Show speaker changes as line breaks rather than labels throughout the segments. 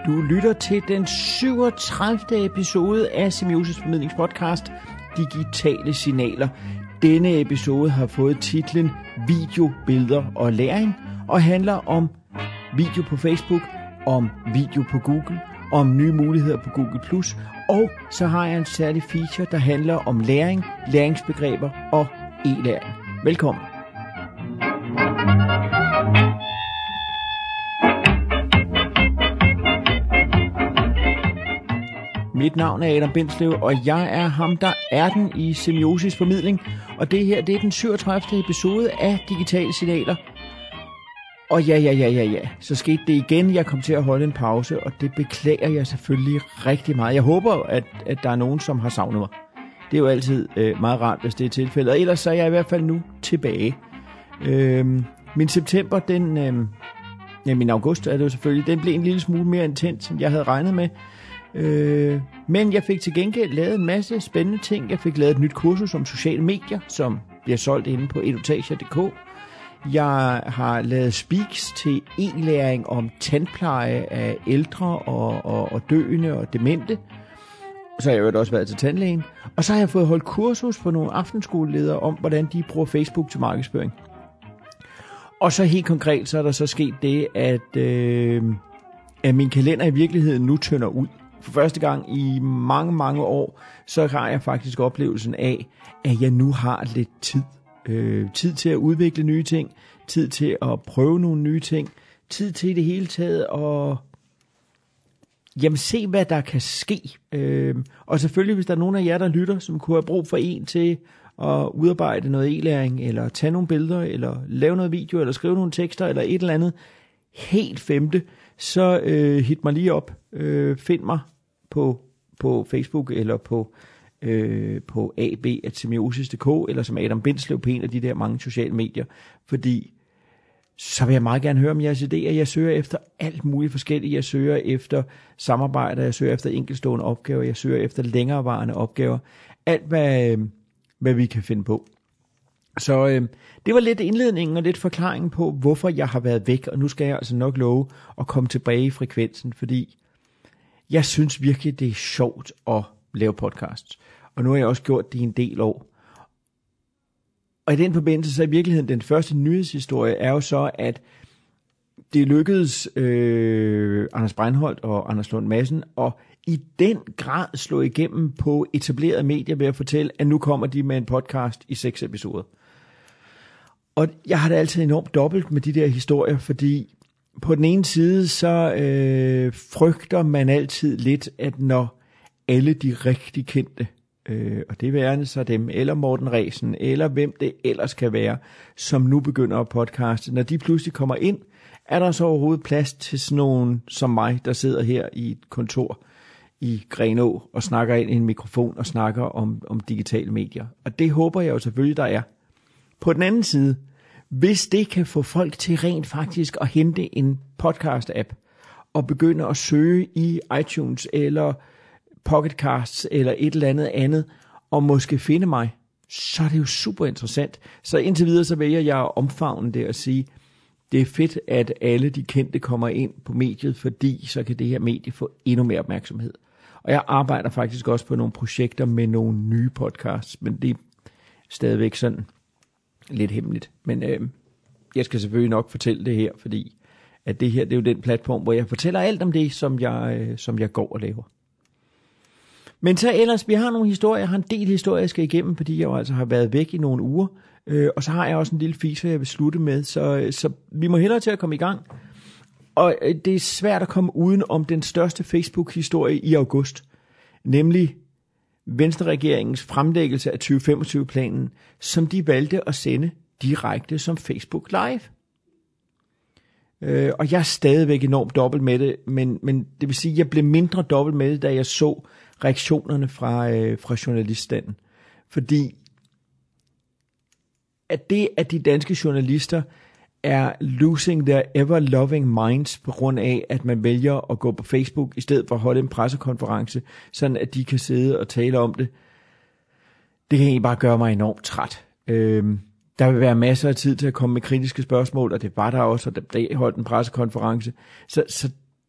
Du lytter til den 37. episode af Semiosis Formidlingspodcast Digitale Signaler. Denne episode har fået titlen Video, Billeder og Læring og handler om video på Facebook, om video på Google, om nye muligheder på Google+, og så har jeg en særlig feature, der handler om læring, læringsbegreber og e-læring. Velkommen. Mit navn er Adam Bindslev, og jeg er ham, der er den i Semiosis Formidling. Og det her, det er den 37. episode af Digitale Signaler. Og ja, så skete det igen. Jeg kom til at holde en pause, og det beklager jeg selvfølgelig rigtig meget. Jeg håber, at der er nogen, som har savnet mig. Det er jo altid meget rart, hvis det er tilfældet. Og ellers så er jeg i hvert fald nu tilbage. Min september, min august er det jo selvfølgelig, den blev en lille smule mere intens, end jeg havde regnet med. Men jeg fik til gengæld lavet en masse spændende ting. Jeg fik lavet et nyt kursus om sociale medier, som bliver solgt inde på edutasia.dk. Jeg har lavet speaks til e-læring om tandpleje af ældre og døende og demente. Så har jeg jo også været til tandlægen. Og så har jeg fået holdt kursus for nogle aftenskoleledere om, hvordan de bruger Facebook til markedsføring. Og så helt konkret, så er der så sket det, at min kalender i virkeligheden nu tynder ud. For første gang i mange, mange år, så har jeg faktisk oplevelsen af, at jeg nu har lidt tid. Tid til at udvikle nye ting, tid til at prøve nogle nye ting, tid til i det hele taget at se, hvad der kan ske. Og selvfølgelig, hvis der er nogen af jer, der lytter, som kunne have brug for en til at udarbejde noget e-læring, eller tage nogle billeder, eller lave noget video, eller skrive nogle tekster, eller et eller andet helt femte, så hit mig lige op. Find mig på Facebook, eller på ab@semiosis.dk, eller som Adam Bindslev på en af de der mange sociale medier, fordi så vil jeg meget gerne høre om jeres idéer. Jeg søger efter alt muligt forskelligt. Jeg søger efter samarbejder, jeg søger efter enkeltstående opgaver, jeg søger efter længerevarende opgaver. Alt, hvad vi kan finde på. Så det var lidt indledningen og lidt forklaringen på, hvorfor jeg har været væk, og nu skal jeg altså nok love at komme tilbage i frekvensen, fordi jeg synes virkelig, det er sjovt at lave podcasts. Og nu har jeg også gjort det i en del år. Og i den forbindelse, så i virkeligheden, den første nyhedshistorie er jo så, at det lykkedes Anders Breinholt og Anders Lund Madsen og i den grad slå igennem på etablerede medier ved at fortælle, at nu kommer de med en podcast i 6 episoder. Og jeg har det altid enormt dobbelt med de der historier, fordi på den ene side, så frygter man altid lidt, at når alle de rigtig kendte, og det værende så dem, eller Morten Ræsen, eller hvem det ellers kan være, som nu begynder at podcaste, når de pludselig kommer ind, er der så overhovedet plads til sådan nogen som mig, der sidder her i et kontor i Grenå og snakker ind i en mikrofon og snakker om digitale medier. Og det håber jeg jo selvfølgelig, der er. På den anden side, hvis det kan få folk til rent faktisk at hente en podcast-app og begynde at søge i iTunes eller Pocketcasts eller et eller andet og måske finde mig, så er det jo super interessant. Så indtil videre så vælger jeg at omfavne det og sige, det er fedt, at alle de kendte kommer ind på mediet, fordi så kan det her medie få endnu mere opmærksomhed. Og jeg arbejder faktisk også på nogle projekter med nogle nye podcasts, men det er stadigvæk sådan lidt hemmeligt. Men jeg skal selvfølgelig nok fortælle det her, fordi at det her, det er jo den platform, hvor jeg fortæller alt om det, som jeg går og laver. Men så ellers, vi har nogle historier, jeg har en del historier, jeg skal igennem, fordi jeg jo altså har været væk i nogle uger. Og så har jeg også en lille feature, jeg vil slutte med, så vi må hellere til at komme i gang. Og det er svært at komme uden om den største Facebook-historie i august, nemlig Venstre-regeringens fremlæggelse af 2025-planen, som de valgte at sende direkte som Facebook Live. Og jeg er stadigvæk enormt dobbelt med det, men det vil sige, at jeg blev mindre dobbelt med det, da jeg så reaktionerne fra journaliststanden. Fordi at det, at de danske journalister er losing their ever-loving minds på grund af, at man vælger at gå på Facebook i stedet for at holde en pressekonference, sådan at de kan sidde og tale om det, det kan egentlig bare gøre mig enormt træt. Der vil være masser af tid til at komme med kritiske spørgsmål, og det var der også, og der holdt en pressekonference. Så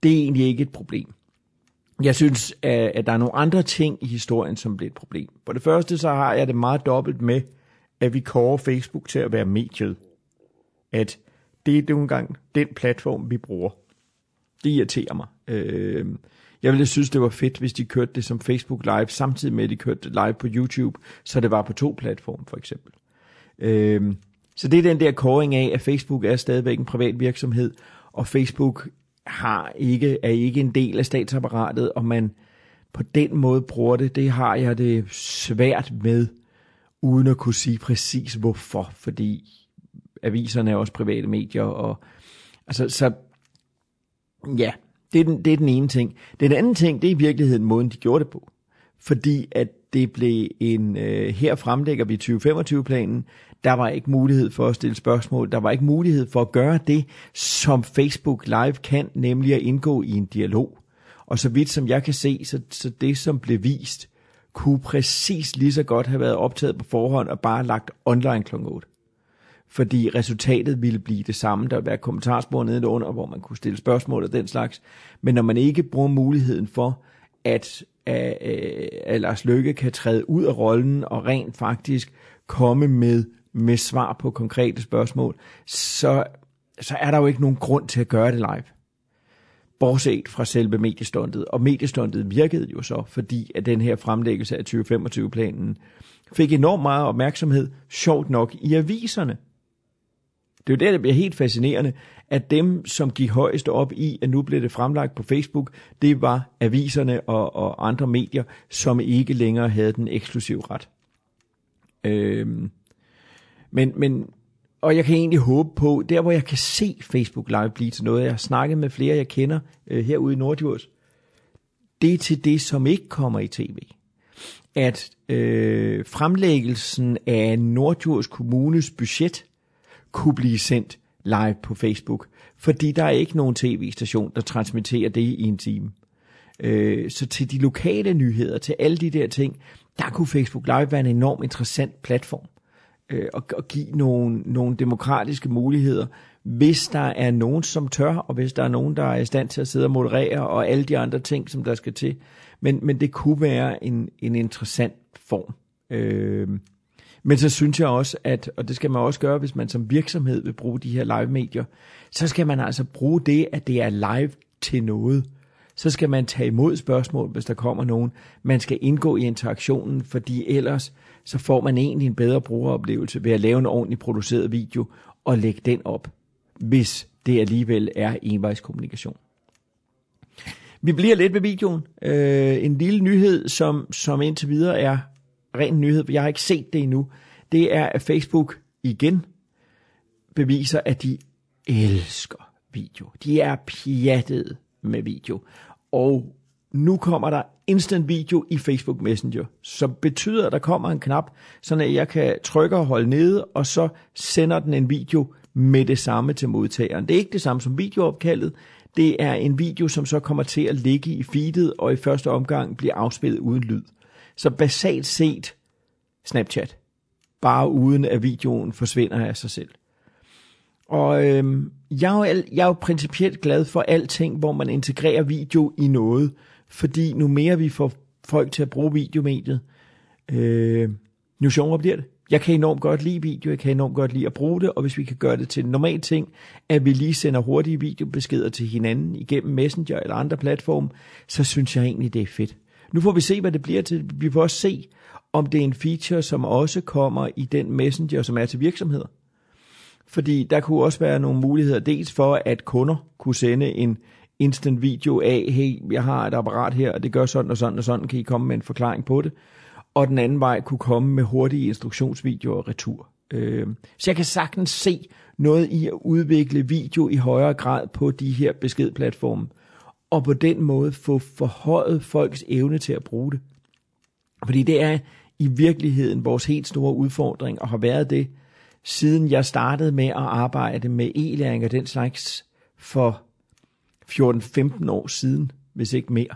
Det er egentlig ikke et problem. Jeg synes, at der er nogle andre ting i historien, som bliver et problem. For det første, så har jeg det meget dobbelt med, at vi kårer Facebook til at være mediet. At det er nogle gange den platform, vi bruger. Det irriterer mig. Jeg ville synes, det var fedt, hvis de kørte det som Facebook Live, samtidig med, at de kørte det live på YouTube, så det var på 2 platforme, for eksempel. Så det er den der kåring af, at Facebook er stadigvæk en privat virksomhed, og Facebook er ikke en del af statsapparatet, og man på den måde bruger det har jeg det svært med, uden at kunne sige præcis hvorfor, fordi aviserne er også private medier, og altså, så ja, det er den ene ting. Den anden ting, det er i virkeligheden måden, de gjorde det på. Fordi at det blev her fremlægger vi 2025-planen, der var ikke mulighed for at stille spørgsmål, der var ikke mulighed for at gøre det, som Facebook Live kan, nemlig at indgå i en dialog. Og så vidt som jeg kan se, så det som blev vist, kunne præcis lige så godt have været optaget på forhånd og bare lagt online kl. 8. Fordi resultatet ville blive det samme. Der ville være kommentarspor nede under, hvor man kunne stille spørgsmål og den slags. Men når man ikke bruger muligheden for, at Lars Løkke kan træde ud af rollen og rent faktisk komme med svar på konkrete spørgsmål, så er der jo ikke nogen grund til at gøre det live. Bortset fra selve mediestundet. Og mediestundet virkede jo så, fordi at den her fremlæggelse af 2025-planen fik enormt meget opmærksomhed, sjovt nok, i aviserne. Det er jo det bliver helt fascinerende, at dem, som gik højest op i, at nu blev det fremlagt på Facebook, det var aviserne og andre medier, som ikke længere havde den eksklusive ret. Og jeg kan egentlig håbe på, der hvor jeg kan se Facebook Live blive til noget, jeg har snakket med flere, jeg kender herude i Nordjurs, det er til det, som ikke kommer i tv. At fremlæggelsen af Nordjurs Kommunes budget kunne blive sendt live på Facebook, fordi der er ikke nogen tv-station, der transmitterer det i en time. Så til de lokale nyheder, til alle de der ting, der kunne Facebook Live være en enormt interessant platform, og give nogle demokratiske muligheder, hvis der er nogen, som tør, og hvis der er nogen, der er i stand til at sidde og moderere, og alle de andre ting, som der skal til. Men det kunne være en interessant form. Men så synes jeg også, og det skal man også gøre, hvis man som virksomhed vil bruge de her live-medier, så skal man altså bruge det, at det er live til noget. Så skal man tage imod spørgsmål, hvis der kommer nogen. Man skal indgå i interaktionen, fordi ellers så får man egentlig en bedre brugeroplevelse ved at lave en ordentligt produceret video og lægge den op, hvis det alligevel er envejskommunikation. Vi bliver lidt ved videoen. En lille nyhed, som indtil videre er ren nyhed, for jeg har ikke set det endnu, det er, at Facebook igen beviser, at de elsker video. De er pjattede med video. Og nu kommer der instant video i Facebook Messenger, som betyder, at der kommer en knap, så jeg kan trykke og holde nede, og så sender den en video med det samme til modtageren. Det er ikke det samme som videoopkaldet. Det er en video, som så kommer til at ligge i feedet, og i første omgang bliver afspillet uden lyd. Så basalt set Snapchat, bare uden at videoen forsvinder af sig selv. Og jeg er jo principielt glad for alting, hvor man integrerer video i noget, fordi nu mere vi får folk til at bruge videomediet, nu sjovere bliver det. Jeg kan enormt godt lide video, jeg kan enormt godt lide at bruge det, og hvis vi kan gøre det til en normal ting, at vi lige sender hurtige videobeskeder til hinanden igennem Messenger eller andre platforme, så synes jeg egentlig, det er fedt. Nu får vi se, hvad det bliver til. Vi får også se, om det er en feature, som også kommer i den Messenger, som er til virksomheder. Fordi der kunne også være nogle muligheder, dels for, at kunder kunne sende en instant video af, hey, jeg har et apparat her, og det gør sådan og sådan og sådan, kan I komme med en forklaring på det? Og den anden vej kunne komme med hurtige instruktionsvideoer retur. Så jeg kan sagtens se noget i at udvikle video i højere grad på de her beskedplatforme, og på den måde få forhøjet folks evne til at bruge det. Fordi det er i virkeligheden vores helt store udfordring, og har været det, siden jeg startede med at arbejde med e-læring og den slags for 14-15 år siden, hvis ikke mere.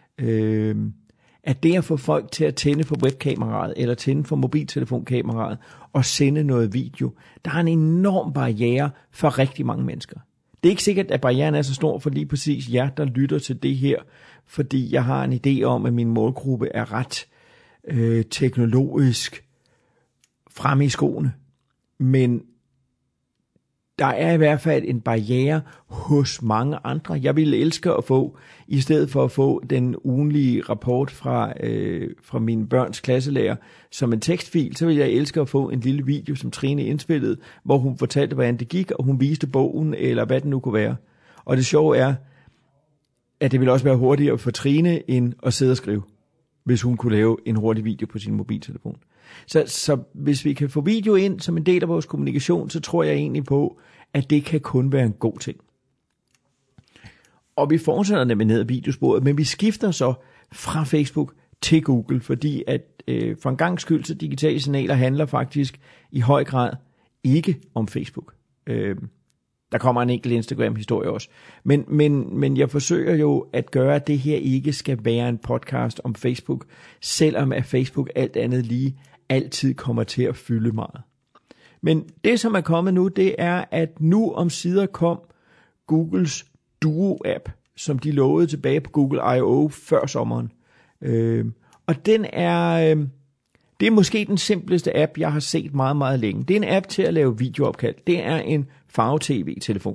At det at få folk til at tænde for webkameraet, eller tænde for mobiltelefonkameraet, og sende noget video, der er en enorm barriere for rigtig mange mennesker. Det er ikke sikkert, at barrieren er så stor for lige præcis jer, der lytter til det her, fordi jeg har en idé om, at min målgruppe er ret teknologisk fremme i skoene. Men der er i hvert fald en barriere hos mange andre. Jeg ville elske at få, i stedet for at få den ugenlige rapport fra mine børns klasselærer som en tekstfil, så ville jeg elske at få en lille video, som Trine indspillede, hvor hun fortalte, hvordan det gik, og hun viste bogen, eller hvad det nu kunne være. Og det sjove er, at det ville også være hurtigere for Trine, end at sidde og skrive, hvis hun kunne lave en hurtig video på sin mobiltelefon. Så hvis vi kan få video ind som en del af vores kommunikation, så tror jeg egentlig på, at det kan kun være en god ting. Og vi fortsætter nemlig ned ad videosporet, men vi skifter så fra Facebook til Google, fordi at for en gang skyld, så digitale signaler handler faktisk i høj grad ikke om Facebook. Der kommer en enkelt Instagram-historie også. Men jeg forsøger jo at gøre, at det her ikke skal være en podcast om Facebook, selvom at Facebook alt andet lige altid kommer til at fylde meget. Men det, som er kommet nu, det er, at nu omsider kom Googles Duo-app, som de lovede tilbage på Google I.O. før sommeren. Og den er... Det er måske den simpleste app, jeg har set meget, meget længe. Det er en app til at lave videoopkald. Det er en farve-tv-telefon.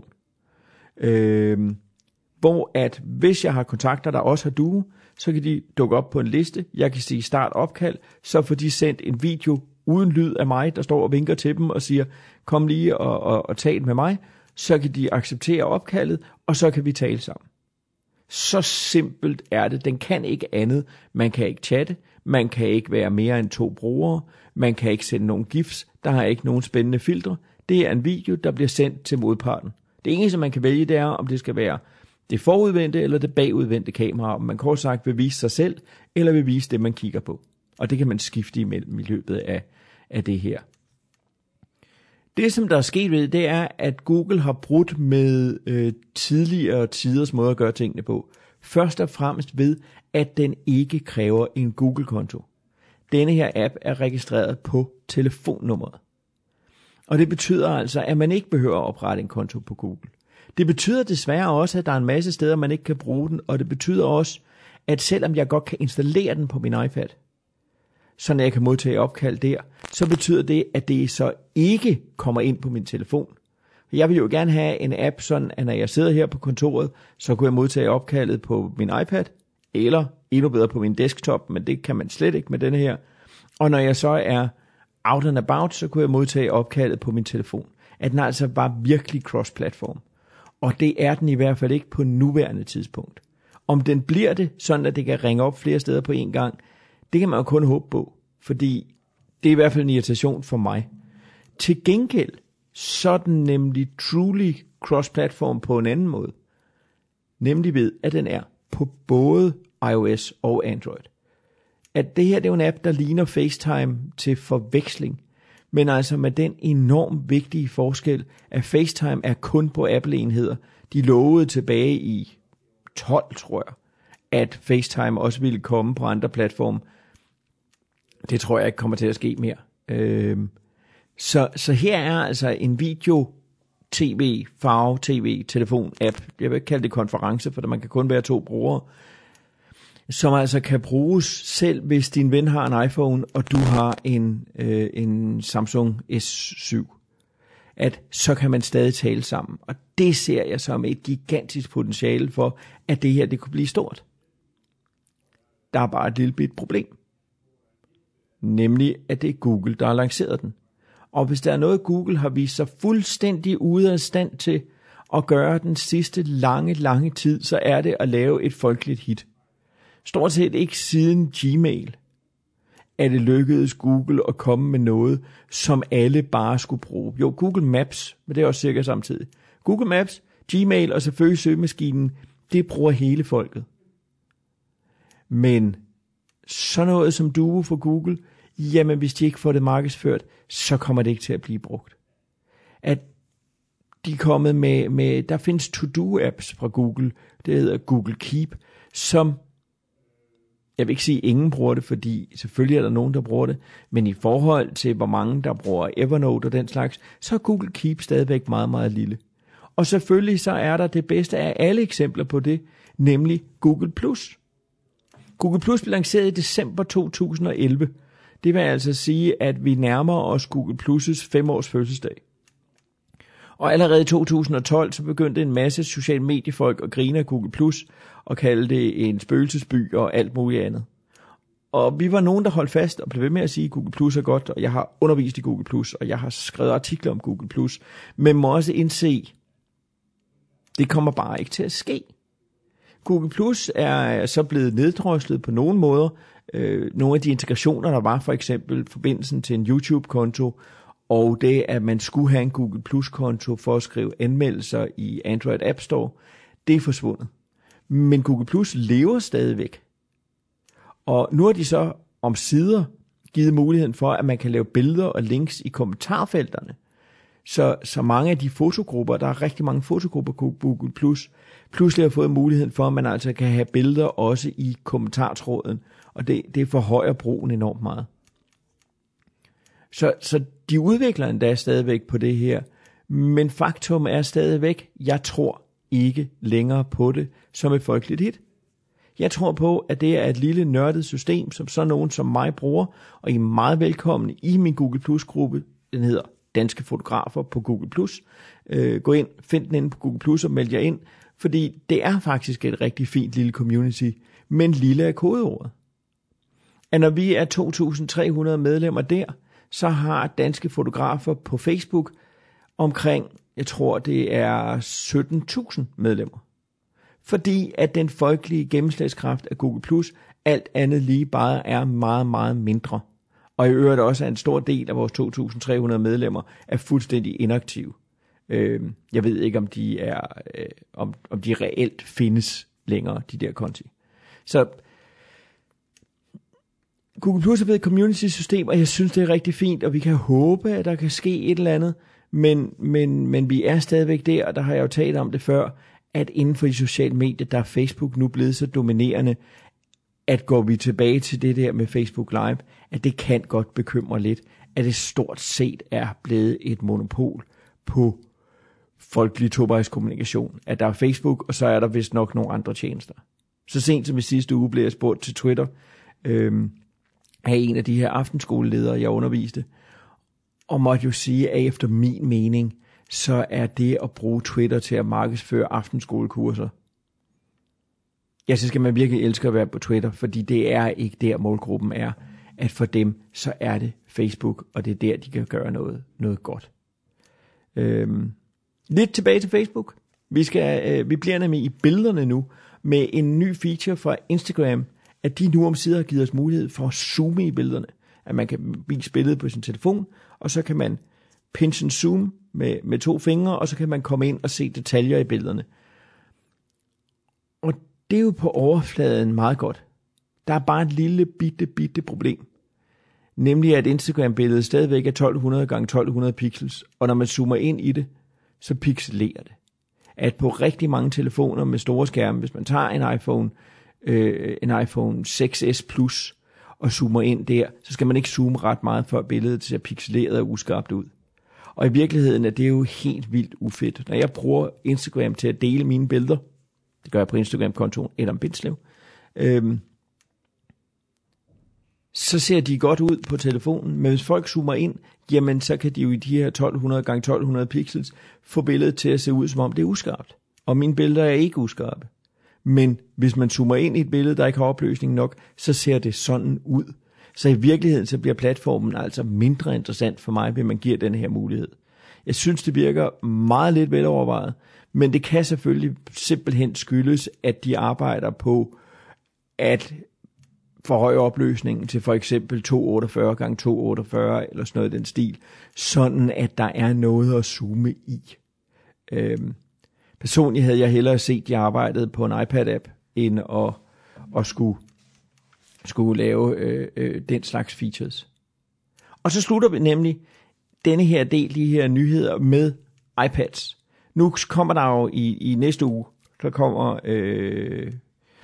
Hvor at hvis jeg har kontakter, der også har Duo, så kan de dukke op på en liste. Jeg kan sige start opkald, så får de sendt en video uden lyd af mig, der står og vinker til dem og siger, kom lige og tal med mig. Så kan de acceptere opkaldet, og så kan vi tale sammen. Så simpelt er det. Den kan ikke andet. Man kan ikke chatte. Man kan ikke være mere end 2 brugere. Man kan ikke sende nogen gifs. Der har ikke nogen spændende filtre. Det er en video, der bliver sendt til modparten. Det eneste, man kan vælge, det er, om det skal være det forudvendte eller det bagudvendte kamera. Om man kort sagt vil vise sig selv, eller vil vise det, man kigger på. Og det kan man skifte imellem i løbet af det her. Det, som der er sket ved, det er, at Google har brudt med tidligere tiders måde at gøre tingene på. Først og fremmest ved, at den ikke kræver en Google-konto. Denne her app er registreret på telefonnummeret. Og det betyder altså, at man ikke behøver at oprette en konto på Google. Det betyder desværre også, at der er en masse steder, man ikke kan bruge den, og det betyder også, at selvom jeg godt kan installere den på min iPad, så når jeg kan modtage opkald der, så betyder det, at det så ikke kommer ind på min telefon. Jeg vil jo gerne have en app, sådan at når jeg sidder her på kontoret, så kunne jeg modtage opkaldet på min iPad, eller endnu bedre på min desktop, men det kan man slet ikke med denne her. Og når jeg så er out and about, så kunne jeg modtage opkaldet på min telefon. At den altså var virkelig cross-platform. Og det er den i hvert fald ikke på nuværende tidspunkt. Om den bliver det, sådan at det kan ringe op flere steder på en gang, det kan man jo kun håbe på, fordi det er i hvert fald en irritation for mig. Til gengæld, så er den nemlig truly cross-platform på en anden måde. Nemlig ved, at den er på både iOS og Android. At det her det er jo en app, der ligner FaceTime til forveksling, men altså med den enormt vigtige forskel, at FaceTime er kun på Apple-enheder. De lovede tilbage i 12, tror jeg, at FaceTime også ville komme på andre platforme. Det tror jeg ikke kommer til at ske mere. Så her er altså en video, tv, farve, tv, telefon, app. Jeg vil ikke kalde det konference, for man kan kun være 2 brugere, som altså kan bruges selv, hvis din ven har en iPhone, og du har en Samsung S7. At så kan man stadig tale sammen. Og det ser jeg som et gigantisk potentiale for, at det her det kunne blive stort. Der er bare et lille bit problem. Nemlig, at det er Google, der har lanceret den. Og hvis der er noget, Google har vist sig fuldstændig ude af stand til at gøre den sidste lange tid, så er det at lave et folkeligt hit. Stort set ikke siden Gmail, at det lykkedes Google at komme med noget, som alle bare skulle bruge. Jo, Google Maps, men det er også cirka samtidig. Google Maps, Gmail og selvfølgelig søgemaskinen, det bruger hele folket. Men sådan noget som Duo for Google, jamen hvis de ikke får det markedsført, så kommer det ikke til at blive brugt. At de er kommet med der findes to-do-apps fra Google, det hedder Google Keep, som, jeg vil ikke sige, at ingen bruger det, fordi selvfølgelig er der nogen, der bruger det, men i forhold til, hvor mange der bruger Evernote og den slags, så er Google Keep stadigvæk meget, meget lille. Og selvfølgelig så er der det bedste af alle eksempler på det, nemlig Google+. Google Plus blev lanceret i december 2011. Det vil altså sige, at vi nærmer os Google Plus' 5-års fødselsdag. Og allerede i 2012 så begyndte en masse social mediefolk at grine af Google Plus og kalde det en spøgelsesby og alt muligt andet. Og vi var nogen, der holdt fast og blev ved med at sige, at Google Plus er godt, og jeg har undervist i Google Plus, og jeg har skrevet artikler om Google Plus, men må også indse, det kommer bare ikke til at ske. Google Plus er så blevet neddroslet på nogle måder. Nogle af de integrationer, der var, for eksempel forbindelsen til en YouTube-konto, og det, at man skulle have en Google Plus-konto for at skrive anmeldelser i Android App Store, det er forsvundet. Men Google Plus lever stadigvæk. Og nu har de så omsider givet muligheden for, at man kan lave billeder og links i kommentarfelterne. Så mange af de fotogrupper, der er rigtig mange fotogrupper på Google Plus, pludselig har fået muligheden for, at man altså kan have billeder også i kommentartråden, og det forhøjer brugen enormt meget. Så de udvikler endda stadigvæk på det her, men faktum er stadigvæk, jeg tror ikke længere på det som et folkeligt hit. Jeg tror på, at det er et lille nørdet system, som så nogen som mig bruger, og I er meget velkomne i min Google Plus-gruppe. Den hedder Danske Fotografer på Google Plus. Gå ind, find den inde på Google Plus og meld jer ind, fordi det er faktisk et rigtig fint lille community, men lille er kodeordet. Og når vi er 2.300 medlemmer der, så har Danske Fotografer på Facebook omkring, jeg tror det er 17.000 medlemmer. Fordi at den folkelige gennemslagskraft af Google Plus alt andet lige bare er meget, meget mindre. Og i øvrigt også er en stor del af vores 2.300 medlemmer er fuldstændig inaktive. Jeg ved ikke, om de er, om de reelt findes længere, de der konti. Så Google Plus er blevet et community-system, og jeg synes, det er rigtig fint, og vi kan håbe, at der kan ske et eller andet, men vi er stadigvæk der, og der har jeg jo talt om det før, at inden for de sociale medier, der er Facebook nu blevet så dominerende, at går vi tilbage til det der med Facebook Live, at det kan godt bekymre lidt, at det stort set er blevet et monopol på folkelig tovejskommunikation. At der er Facebook, og så er der vist nok nogle andre tjenester. Så sent som i sidste uge blev jeg spurgt til Twitter af en af de her aftenskoleledere, jeg underviste, og måtte jo sige, at efter min mening, så er det at bruge Twitter til at markedsføre aftenskolekurser. Ja, så skal man virkelig elske at være på Twitter, fordi det er ikke der målgruppen er. At for dem, så er det Facebook, og det er der, de kan gøre noget godt. Lidt tilbage til Facebook. Vi bliver nemlig i billederne nu, med en ny feature fra Instagram, at de nu omsider har givet os mulighed for at zoome i billederne. At man kan vise billedet på sin telefon, og så kan man pinch and zoom med 2 fingre, og så kan man komme ind og se detaljer i billederne. Og det er jo på overfladen meget godt. Der er bare et lille bitte problem. Nemlig at Instagram-billedet stadigvæk er 1200 x 1200 pixels, og når man zoomer ind i det, så pixelerer det. At på rigtig mange telefoner med store skærme, hvis man tager en iPhone 6s Plus og zoomer ind der, så skal man ikke zoome ret meget, før billedet ser pixeleret og uskarpt ud. Og i virkeligheden er det jo helt vildt ufedt. Når jeg bruger Instagram til at dele mine billeder, det gør jeg på Instagram-kontoen Adam Bindslev, så ser de godt ud på telefonen, men hvis folk zoomer ind, jamen så kan de jo i de her 1200 x 1200 pixels få billedet til at se ud, som om det er uskarpt. Og mine billeder er ikke uskarpe. Men hvis man zoomer ind i et billede, der ikke har opløsning nok, så ser det sådan ud. Så i virkeligheden så bliver platformen altså mindre interessant for mig, hvis man giver den her mulighed. Jeg synes, det virker meget lidt velovervejet, men det kan selvfølgelig simpelthen skyldes, at de arbejder på at forhøje opløsningen til for eksempel 248 x 248 eller sådan noget i den stil, sådan at der er noget at zoome i. Personligt havde jeg hellere set, at jeg arbejdede på en iPad-app, end at skulle lave den slags features. Og så slutter vi nemlig denne her del, de her nyheder med iPads. Nu kommer der jo i næste uge, der kommer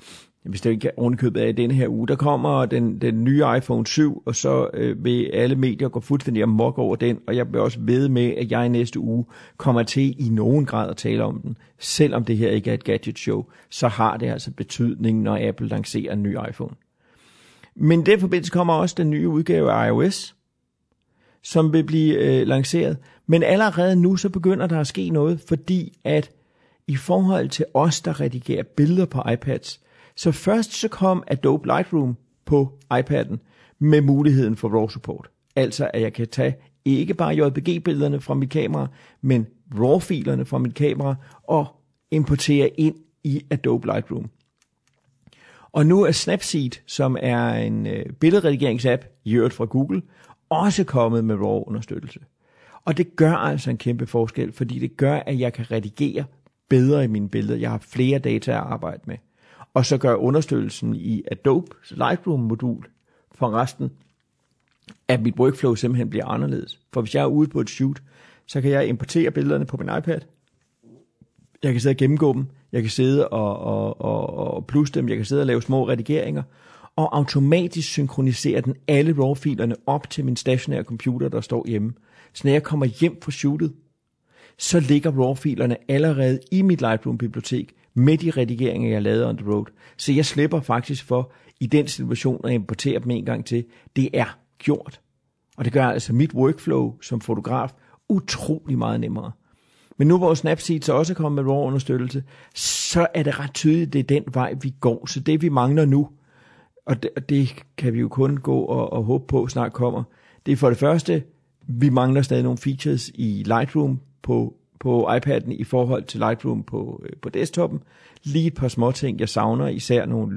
hvis det ikke er ovenikøbet af denne her uge, der kommer den nye iPhone 7, og så vil alle medier gå fuldstændig amok over den, og jeg vil også ved med, at jeg i næste uge kommer til i nogen grad at tale om den. Selvom det her ikke er et gadget show, så har det altså betydning, når Apple lancerer en ny iPhone. Men i den forbindelse kommer også den nye udgave af iOS, som vil blive lanceret. Men allerede nu, så begynder der at ske noget, fordi at i forhold til os, der redigerer billeder på iPads, så først så kom Adobe Lightroom på iPad'en med muligheden for RAW support. Altså at jeg kan tage ikke bare JPG-billederne fra mit kamera, men RAW-filerne fra mit kamera og importere ind i Adobe Lightroom. Og nu er Snapseed, som er en billedredigeringsapp, i øvrigt fra Google, også kommet med RAW-understøttelse. Og det gør altså en kæmpe forskel, fordi det gør, at jeg kan redigere bedre i mine billeder. Jeg har flere data at arbejde med. Og så gør understøttelsen i Adobe Lightroom-modul for resten, at mit workflow simpelthen bliver anderledes. For hvis jeg er ude på et shoot, så kan jeg importere billederne på min iPad. Jeg kan sidde og gennemgå dem. Jeg kan sidde og plusse dem. Jeg kan sidde og lave små redigeringer. Og automatisk synkronisere den alle RAW-filerne op til min stationære computer, der står hjemme. Så når jeg kommer hjem fra shootet, så ligger RAW-filerne allerede i mit Lightroom-bibliotek med de redigeringer, jeg lavede on the road. Så jeg slipper faktisk for i den situation at importere dem en gang til. Det er gjort. Og det gør altså mit workflow som fotograf utrolig meget nemmere. Men nu hvor Snapseed så også er kommet med RAW-understøttelse, så er det ret tydeligt, det er den vej, vi går. Så det vi mangler nu, og det kan vi jo kun gå og håbe på snart kommer, det er for det første, vi mangler stadig nogle features i Lightroom på iPad'en i forhold til Lightroom på desktoppen. Lige et par småting, jeg savner, især nogle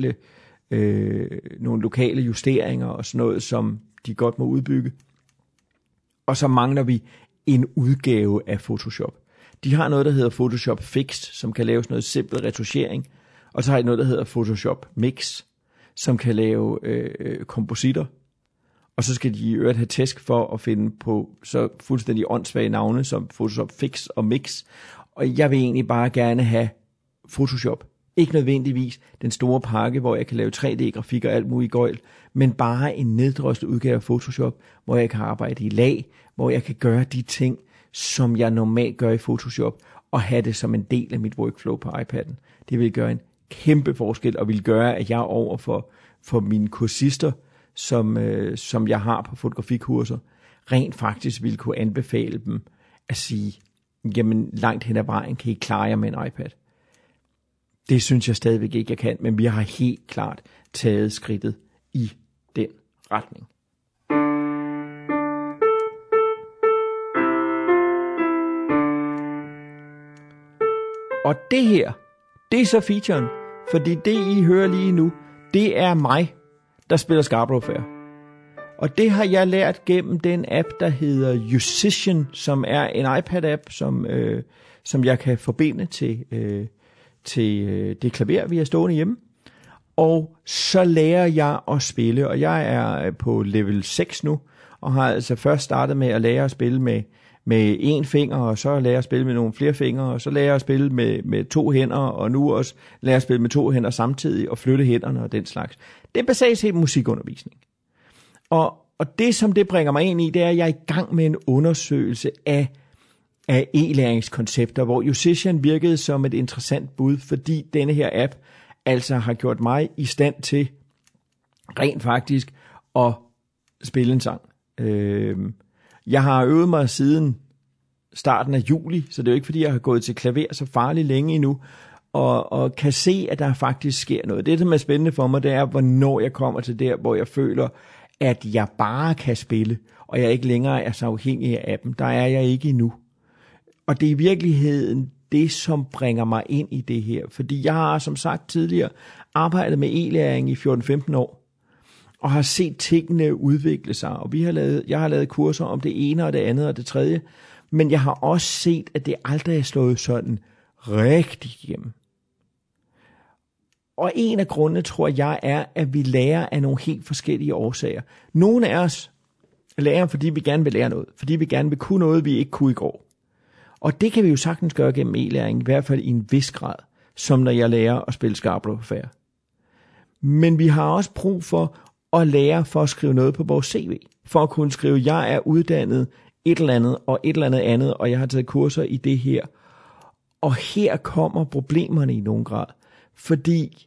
lokale justeringer og sådan noget, som de godt må udbygge. Og så mangler vi en udgave af Photoshop. De har noget, der hedder Photoshop Fixed, som kan lave sådan noget simpel retouchering. Og så har de noget, der hedder Photoshop Mix, som kan lave kompositter. Og så skal de i øvrigt have tæsk for at finde på så fuldstændig åndssvage navne som Photoshop Fix og Mix. Og jeg vil egentlig bare gerne have Photoshop. Ikke nødvendigvis den store pakke, hvor jeg kan lave 3D-grafik og alt muligt gøjl, men bare en neddroslet udgave af Photoshop, hvor jeg kan arbejde i lag, hvor jeg kan gøre de ting, som jeg normalt gør i Photoshop, og have det som en del af mit workflow på iPad'en. Det vil gøre en kæmpe forskel, og vil gøre, at jeg over for mine kursister, som jeg har på fotografikurser, rent faktisk ville kunne anbefale dem at sige, jamen langt hen ad vejen kan I klare jer med en iPad. Det synes jeg stadigvæk ikke, jeg kan, men vi har helt klart taget skridtet i den retning. Og det her, det er så featuren, fordi det I hører lige nu, det er mig, der spiller Scarborough-Fair. Og det har jeg lært gennem den app, der hedder Musician, som er en iPad-app, som jeg kan forbinde til det klaver, vi har stående hjemme. Og så lærer jeg at spille, og jeg er på level 6 nu, og har altså først startet med at lære at spille med en finger, og så lære at spille med nogle flere fingre, og så lære at spille med 2 hænder, og nu også lære at spille med 2 hænder samtidig, og flytte hænderne og den slags. Det er basalt set musikundervisning. Og det, som det bringer mig ind i, det er, at jeg er i gang med en undersøgelse af e-læringskoncepter, hvor Musician virkede som et interessant bud, fordi denne her app altså har gjort mig i stand til rent faktisk at spille en sang. Jeg har øvet mig siden starten af juli, så det er jo ikke fordi, jeg har gået til klaver så farligt længe endnu, og kan se, at der faktisk sker noget. Det, som er spændende for mig, det er, hvornår jeg kommer til der, hvor jeg føler, at jeg bare kan spille, og jeg ikke længere er så afhængig af appen. Der er jeg ikke endnu. Og det er i virkeligheden det, som bringer mig ind i det her. Fordi jeg har, som sagt tidligere, arbejdet med e-læring i 14-15 år, og har set tingene udvikle sig. Og jeg har lavet kurser om det ene og det andet og det tredje, men jeg har også set, at det aldrig er slået sådan rigtig igennem. Og en af grundene, tror jeg, er, at vi lærer af nogle helt forskellige årsager. Nogle af os lærer, fordi vi gerne vil lære noget, fordi vi gerne vil kunne noget, vi ikke kunne i går. Og det kan vi jo sagtens gøre gennem e-læring, i hvert fald i en vis grad, som når jeg lærer at spille Scarborough Fair. Men vi har også brug for at lære for at skrive noget på vores CV. For at kunne skrive, jeg er uddannet et eller andet og et eller andet, og jeg har taget kurser i det her. Og her kommer problemerne i nogen grad. Fordi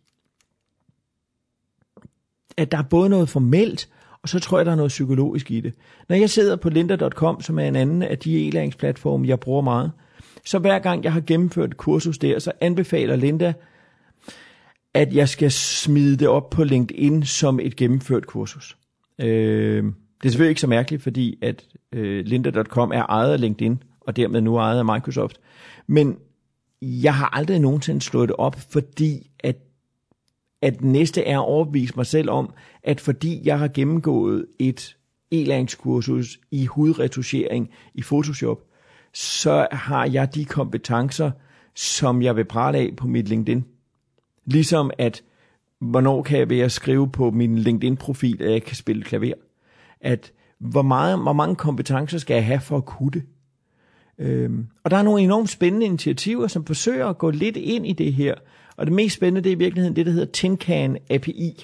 at der er både noget formelt, og så tror jeg, der er noget psykologisk i det. Når jeg sidder på lynda.com, som er en anden af de e-læringsplatforme, jeg bruger meget, så hver gang jeg har gennemført et kursus der, så anbefaler Lynda, at jeg skal smide det op på LinkedIn som et gennemført kursus. Det er selvfølgelig ikke så mærkeligt, fordi at lynda.com er ejet af LinkedIn, og dermed nu ejet af Microsoft. Men jeg har aldrig nogensinde slået det op, fordi at næste er at overbevise mig selv om, at fordi jeg har gennemgået et e-læringskursus i hudretouchering i Photoshop, så har jeg de kompetencer, som jeg vil prale af på mit LinkedIn. Ligesom at, hvornår kan jeg ved at skrive på min LinkedIn-profil, at jeg kan spille klaver. At hvor mange kompetencer skal jeg have for at kunne det. Og der er nogle enormt spændende initiativer, som forsøger at gå lidt ind i det her. Og det mest spændende, det er i virkeligheden det, der hedder TinCan API,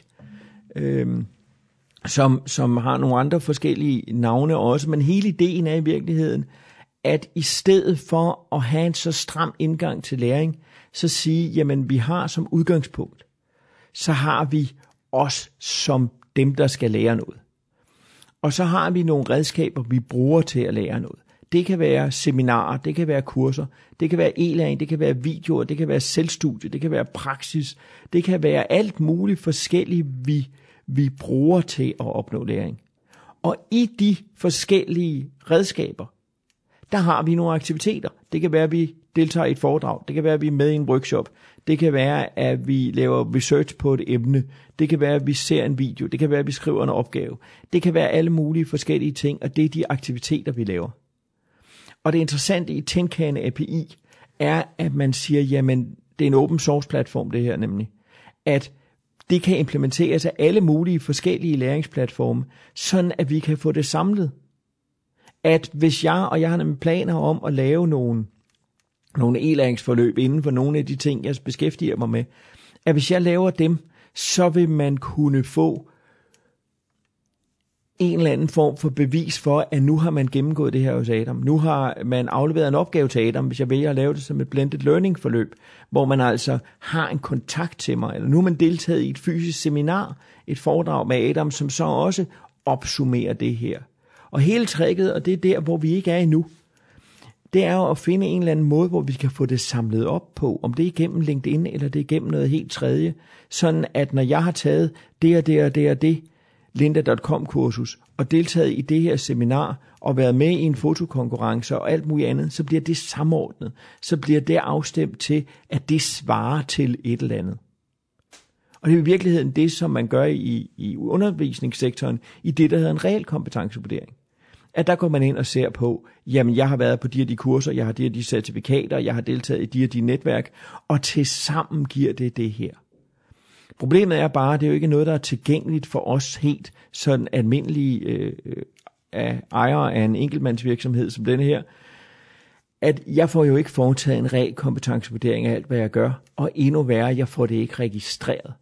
som har nogle andre forskellige navne også. Men hele ideen er i virkeligheden, at i stedet for at have en så stram indgang til læring, så sige, jamen vi har som udgangspunkt, så har vi os som dem, der skal lære noget. Og så har vi nogle redskaber, vi bruger til at lære noget. Det kan være seminarer, det kan være kurser, det kan være e-læring, det kan være videoer, det kan være selvstudie, det kan være praksis, det kan være alt muligt forskelligt, vi bruger til at opnå læring. Og i de forskellige redskaber, der har vi nogle aktiviteter. Det kan være, at vi deltager i et foredrag, det kan være, at vi er med i en workshop, det kan være, at vi laver research på et emne, det kan være, at vi ser en video, det kan være, at vi skriver en opgave. Det kan være alle mulige forskellige ting, og det er de aktiviteter, vi laver. Og det interessante i TinCan API er, at man siger, jamen det er en open source platform det her nemlig, at det kan implementeres af alle mulige forskellige læringsplatforme, sådan at vi kan få det samlet. At hvis jeg har nemlig planer om at lave nogle e-læringsforløb inden for nogle af de ting, jeg beskæftiger mig med, at hvis jeg laver dem, så vil man kunne få en eller anden form for bevis for, at nu har man gennemgået det her hos Adam. Nu har man afleveret en opgave til Adam, hvis jeg vælger at lave det som et blended learning forløb, hvor man altså har en kontakt til mig. Eller nu har man deltaget i et fysisk seminar, et foredrag med Adam, som så også opsummerer det her. Og hele tricket, og det er der, hvor vi ikke er endnu, det er jo at finde en eller anden måde, hvor vi kan få det samlet op på, om det er igennem LinkedIn, eller det er igennem noget helt tredje, sådan at når jeg har taget det lynda.com-kursus, og deltaget i det her seminar, og været med i en fotokonkurrence og alt muligt andet, så bliver det samordnet, så bliver det afstemt til, at det svarer til et eller andet. Og det er i virkeligheden det, som man gør i undervisningssektoren, i det, der hedder en reel kompetencevurdering. At der går man ind og ser på, jamen jeg har været på de og de kurser, jeg har de og de certifikater, jeg har deltaget i de og de netværk, og til sammen giver det her. Problemet er bare, at det er jo ikke noget, der er tilgængeligt for os helt sådan almindelige ejere af en enkeltmandsvirksomhed som denne her, at jeg får jo ikke foretaget en reel kompetencevurdering af alt, hvad jeg gør, og endnu værre, jeg får det ikke registreret.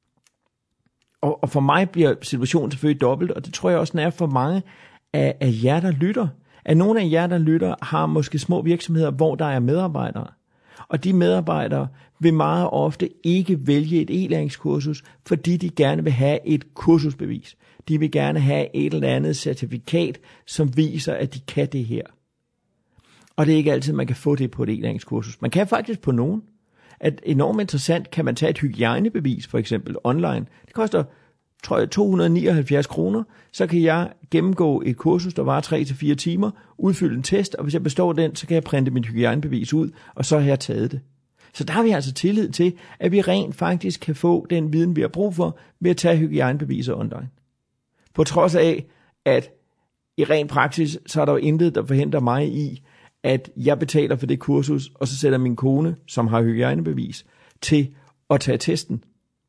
Og for mig bliver situationen selvfølgelig dobbelt, og det tror jeg også, den er for mange af jer, der lytter. At nogle af jer, der lytter, har måske små virksomheder, hvor der er medarbejdere. Og de medarbejdere vil meget ofte ikke vælge et e-læringskursus, fordi de gerne vil have et kursusbevis. De vil gerne have et eller andet certifikat, som viser, at de kan det her. Og det er ikke altid, man kan få det på et e-læringskursus. Man kan faktisk på nogen. At enormt interessant kan man tage et hygiejnebevis, for eksempel online. Det koster, tror jeg, 279 kroner. Så kan jeg gennemgå et kursus, der varer 3-4 timer, udfylde en test, og hvis jeg består den, så kan jeg printe mit hygiejnebevis ud, og så har jeg taget det. Så der har vi altså tillid til, at vi rent faktisk kan få den viden, vi har brug for, ved at tage hygiejnebeviser online. På trods af, at i ren praksis, så er der jo intet, der forhindrer mig i, at jeg betaler for det kursus, og så sætter min kone, som har hygiejnebevis, til at tage testen.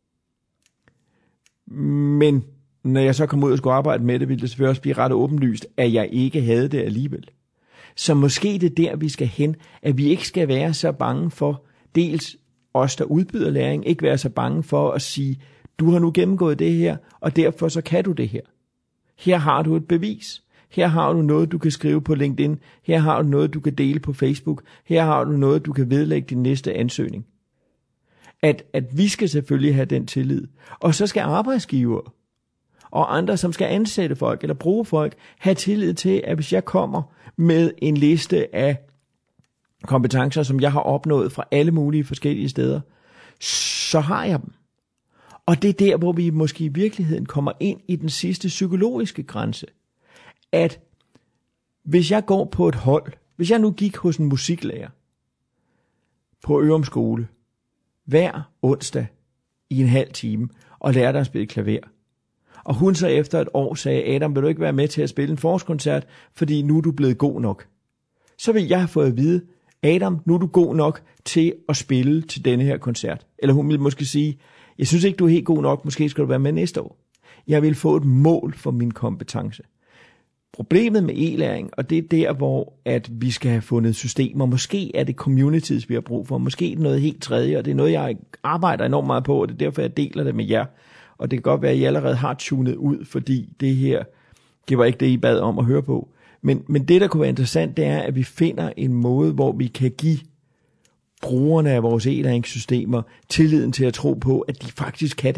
Men når jeg så kommer ud og skal arbejde med det, vil det selvfølgelig også blive ret åbenlyst, at jeg ikke havde det alligevel. Så måske det er der, vi skal hen, at vi ikke skal være så bange for, dels os, der udbyder læring, ikke være så bange for at sige, Du har nu gennemgået det her, og derfor så kan du det her. Her har du et bevis. Her har du noget, du kan skrive på LinkedIn. Her har du noget, du kan dele på Facebook. Her har du noget, du kan vedlægge din næste ansøgning. At vi skal selvfølgelig have den tillid. Og så skal arbejdsgiver og andre, som skal ansætte folk eller bruge folk, have tillid til, at hvis jeg kommer med en liste af kompetencer, som jeg har opnået fra alle mulige forskellige steder, så har jeg dem. Og det er der, hvor vi måske i virkeligheden kommer ind i den sidste psykologiske grænse. At hvis jeg går på et hold, hvis jeg nu gik hos en musiklærer på Ørum Skole, hver onsdag i en halv time, og lærte at spille klaver, og hun så efter et år sagde, Adam, vil du ikke være med til at spille en forårskoncert, fordi nu er du blevet god nok. Så vil jeg have fået at vide, Adam, nu er du god nok til at spille til denne her koncert. Eller hun vil måske sige, jeg synes ikke, du er helt god nok, måske skal du være med næste år. Jeg vil få et mål for min kompetence. Problemet med e-læring, og det er der, hvor at vi skal have fundet systemer. Måske er det communities, vi har brug for. Måske er det noget helt tredje, og det er noget, jeg arbejder enormt meget på, og det er derfor, jeg deler det med jer. Og det kan godt være, at I allerede har tunet ud, fordi det her, det var ikke det, I bad om at høre på. Men det, der kunne være interessant, det er, at vi finder en måde, hvor vi kan give brugerne af vores e-læringssystemer tilliden til at tro på, at de faktisk kan det.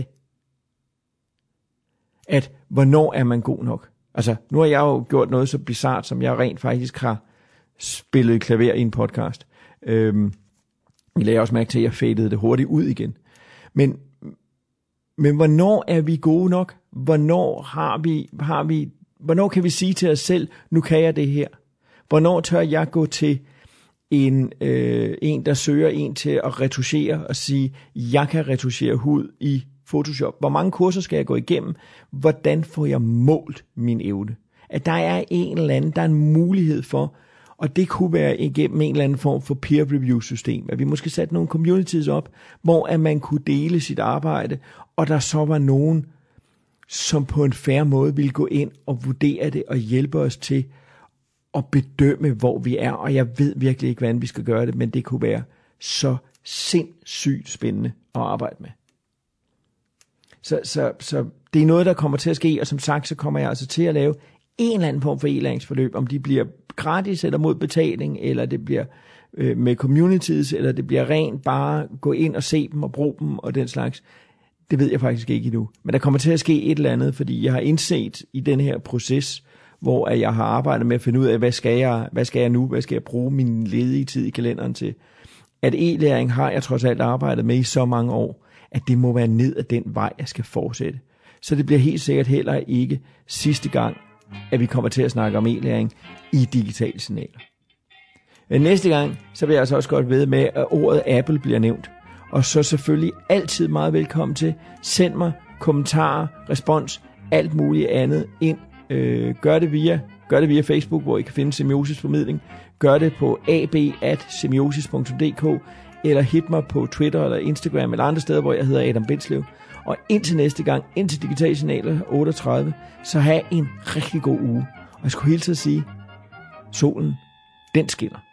At hvornår er man god nok? Altså, nu har jeg jo gjort noget så bizart, som jeg rent faktisk har spillet klaver i en podcast. Jeg lagde også mærke til, at jeg fadede det hurtigt ud igen. Men hvornår er vi gode nok? Hvornår kan vi sige til os selv, nu kan jeg det her? Hvornår tør jeg gå til en der søger en til at retuschere og sige, jeg kan retuschere hud i Photoshop. Hvor mange kurser skal jeg gå igennem? Hvordan får jeg målt min evne? At der er en eller anden, der er en mulighed for, og det kunne være igennem en eller anden form for peer review system. At vi måske satte nogle communities op, hvor at man kunne dele sit arbejde, og der så var nogen, som på en fair måde ville gå ind og vurdere det og hjælpe os til at bedømme, hvor vi er. Og jeg ved virkelig ikke, hvordan vi skal gøre det, men det kunne være så sindssygt spændende at arbejde med. Så det er noget, der kommer til at ske, og som sagt, så kommer jeg altså til at lave en eller anden form for e-læringsforløb, om de bliver gratis eller mod betaling, eller det bliver med communities, eller det bliver rent bare gå ind og se dem og bruge dem og den slags. Det ved jeg faktisk ikke endnu. Men der kommer til at ske et eller andet, fordi jeg har indset i den her proces, hvor jeg har arbejdet med at finde ud af, hvad skal jeg nu, hvad skal jeg bruge min ledige tid i kalenderen til. At e-læring har jeg trods alt arbejdet med i så mange år, at det må være ned ad den vej, jeg skal fortsætte. Så det bliver helt sikkert heller ikke sidste gang, at vi kommer til at snakke om e-læring i digitale signaler. Men næste gang, så vil jeg altså også godt ved med, at ordet Apple bliver nævnt. Og så selvfølgelig altid meget velkommen til. Send mig kommentarer, respons, alt muligt andet ind. Gør det via Facebook, hvor I kan finde Semiosis Formidling. Gør det på ab@semiosis.dk eller hit mig på Twitter eller Instagram eller andre steder, hvor jeg hedder Adam Bindslev. Og indtil næste gang, indtil Digitale Signaler 38, så have en rigtig god uge. Og jeg skulle hilse at sige, solen, den skinner.